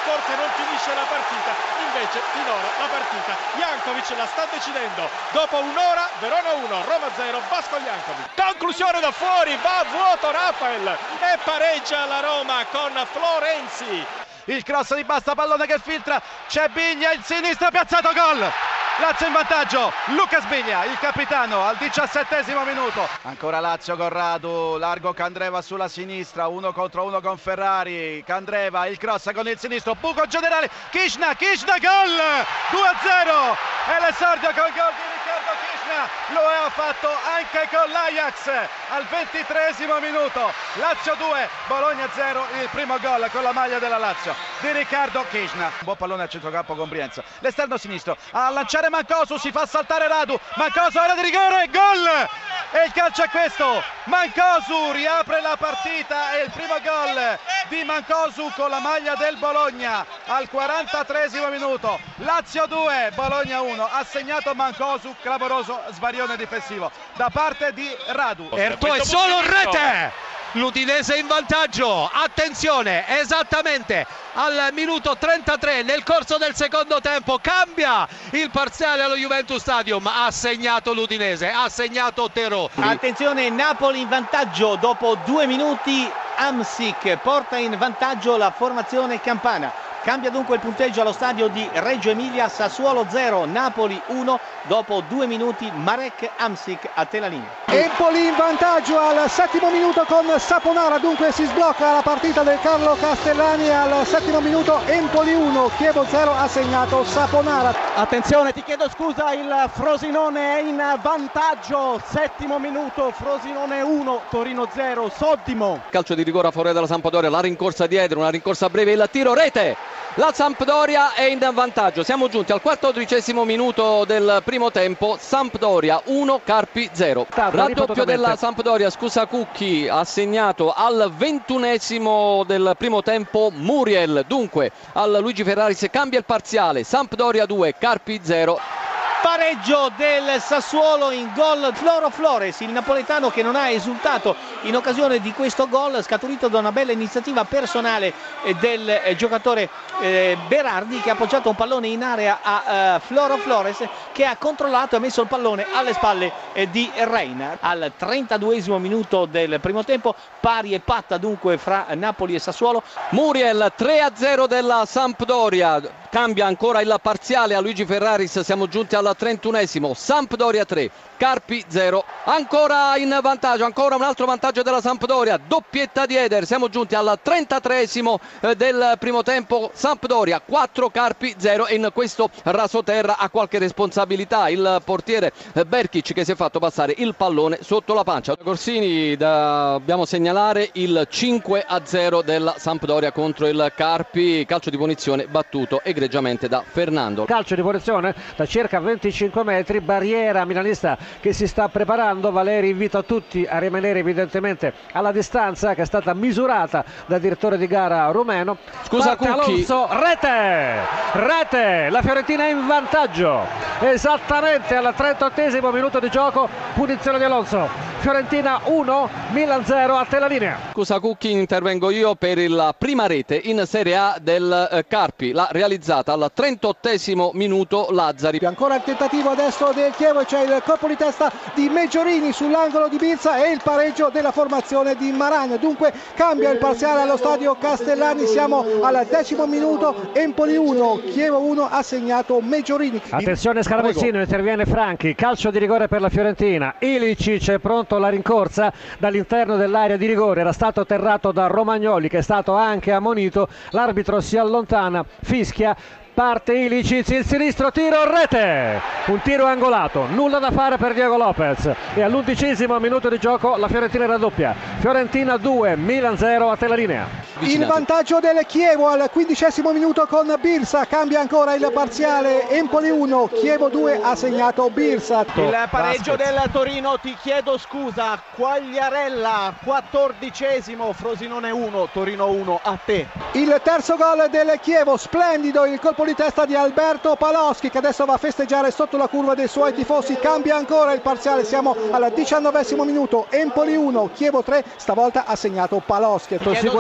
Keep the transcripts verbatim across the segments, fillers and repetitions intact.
forse non finisce la partita, invece finora la partita Jankovic la sta decidendo. Dopo un'ora Verona uno, Roma zero, Vasco Jankovic. Conclusione da fuori, va a vuoto Rafael e pareggia la Roma con Florenzi. Il cross di Basta, pallone che filtra, c'è Biglia, il sinistro piazzato, gol! Lazio in vantaggio, Lucas Biglia, il capitano al diciassettesimo minuto. Ancora Lazio con Radu, largo Candreva sulla sinistra, uno contro uno con Ferrari. Candreva, il cross con il sinistro, buco generale, Kishna, Kishna, gol! due a zero, è l'esordio col gol di Riccardo Kishna, lo aveva fatto anche con l'Ajax al ventitreesimo minuto. Lazio due, Bologna zero, il primo gol con la maglia della Lazio di Riccardo Kishna. Un buon pallone a centrocampo con Brienza, l'esterno sinistro a lanciare Mancosu, si fa saltare Radu, Mancosu, area di rigore, gol! E il calcio è questo, Mancosu riapre la partita e il primo gol di Mancosu con la maglia del Bologna al quarantatreesimo minuto. Lazio due, Bologna uno, ha segnato Mancosu, clamoroso svarione difensivo da parte di Radu. Erto è solo in rete! L'Udinese in vantaggio, attenzione, esattamente al minuto trentatré nel corso del secondo tempo cambia il parziale allo Juventus Stadium, ha segnato l'Udinese, ha segnato Terò. Attenzione, Napoli in vantaggio dopo due minuti, Hamsik porta in vantaggio la formazione campana. Cambia dunque il punteggio allo stadio di Reggio Emilia, Sassuolo zero, Napoli uno, dopo due minuti Marek Hamsik a te la linea. Empoli in vantaggio al settimo minuto con Saponara, dunque si sblocca la partita del Carlo Castellani al settimo minuto, Empoli uno, Chievo zero, ha segnato Saponara. Attenzione, ti chiedo scusa, il Frosinone è in vantaggio, settimo minuto, Frosinone uno, Torino zero, Sottimo. Calcio di rigore a favore della Sampdoria, la rincorsa dietro, una rincorsa breve, il tiro, rete! La Sampdoria è in vantaggio, siamo giunti al quattordicesimo minuto del primo tempo, Sampdoria uno, Carpi zero. Raddoppio della Sampdoria, scusa Cucchi, ha segnato al ventunesimo del primo tempo Muriel, dunque al Luigi Ferraris cambia il parziale, Sampdoria due, Carpi zero. Pareggio del Sassuolo, in gol Floro Flores, il napoletano che non ha esultato in occasione di questo gol scaturito da una bella iniziativa personale del giocatore Berardi, che ha appoggiato un pallone in area a Floro Flores, che ha controllato e ha messo il pallone alle spalle di Reina. Al trentaduesimo minuto del primo tempo, pari e patta dunque fra Napoli e Sassuolo. Muriel tre a zero della Sampdoria, cambia ancora il parziale a Luigi Ferraris, siamo giunti al trentunesimo, Sampdoria tre, Carpi zero, ancora in vantaggio, ancora un altro vantaggio della Sampdoria, doppietta di Eder, siamo giunti al trentatreesimo del primo tempo, Sampdoria quattro, Carpi zero, e in questo rasoterra ha qualche responsabilità il portiere Berkic, che si è fatto passare il pallone sotto la pancia. Corsini, dobbiamo segnalare il cinque a zero della Sampdoria contro il Carpi, calcio di punizione battuto egregiamente da Fernando. Calcio di punizione da circa venticinque metri, barriera milanista che si sta preparando. Valeri invita tutti a rimanere evidentemente alla distanza che è stata misurata dal direttore di gara rumeno. Scusa Parte Cucchi. Alonso, rete, rete, la Fiorentina è in vantaggio esattamente al trentottesimo minuto di gioco, punizione di Alonso, Fiorentina uno, Milan zero, a te la linea. Scusa Cucchi, intervengo io per la prima rete in Serie A del Carpi, l'ha realizzata al trentottesimo minuto Lazzari. Ancora il tentativo adesso del Chievo, c'è il colpo di testa di Meggiorini sull'angolo di Birsa e il pareggio della formazione di Maran. Dunque cambia il parziale allo stadio Castellani, siamo al decimo minuto, Empoli uno, Chievo uno, ha segnato Meggiorini. Attenzione Scaramuzzino, interviene Franchi, calcio di rigore per la Fiorentina, Ilicic è pronto alla rincorsa dall'interno dell'area di rigore, era stato terrato da Romagnoli che è stato anche ammonito, l'arbitro si allontana, fischia. Parte Ilicic, il sinistro, tiro, rete, un tiro angolato, nulla da fare per Diego Lopez, e all'undicesimo minuto di gioco la Fiorentina raddoppia, Fiorentina due, Milan zero, a te la linea. In vantaggio del Chievo al quindicesimo minuto con Birsa, cambia ancora il parziale, Empoli uno, Chievo due, ha segnato Birsa. Il pareggio del Torino, ti chiedo scusa, Quagliarella, quattordicesimo, Frosinone uno, Torino uno, a te. Il terzo gol del Chievo, splendido il colpo di testa di Alberto Paloschi, che adesso va a festeggiare sotto la curva dei suoi tifosi. Cambia ancora il parziale, siamo al diciannovesimo minuto, Empoli uno, Chievo tre, stavolta ha segnato Paloschi. Sicuramente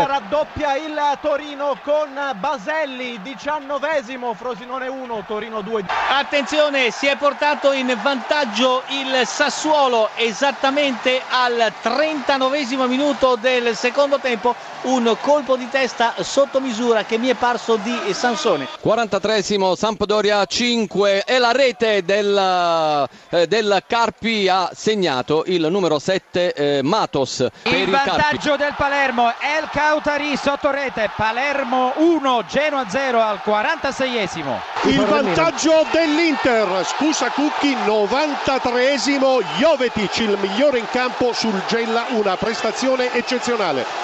raddoppia il Torino con Baselli, diciannovesimo, Frosinone uno, Torino due. Attenzione, si è portato in vantaggio il Sassuolo esattamente al trentanovesimo minuto del secondo tempo, un colpo di testa sotto misura che mi è parso di Sansone. quarantatreesimo, Sampdoria cinque e la rete del, eh, del Carpi ha segnato il numero sette eh, Matos per il il vantaggio Carpi. del Palermo, El Cautari sotto rete, Palermo uno, Genoa zero al quarantaseiesimo. Il vantaggio dell'Inter, scusa Cucchi, novantatreesimo, Jovetic il migliore in campo sul Gela, una prestazione eccezionale.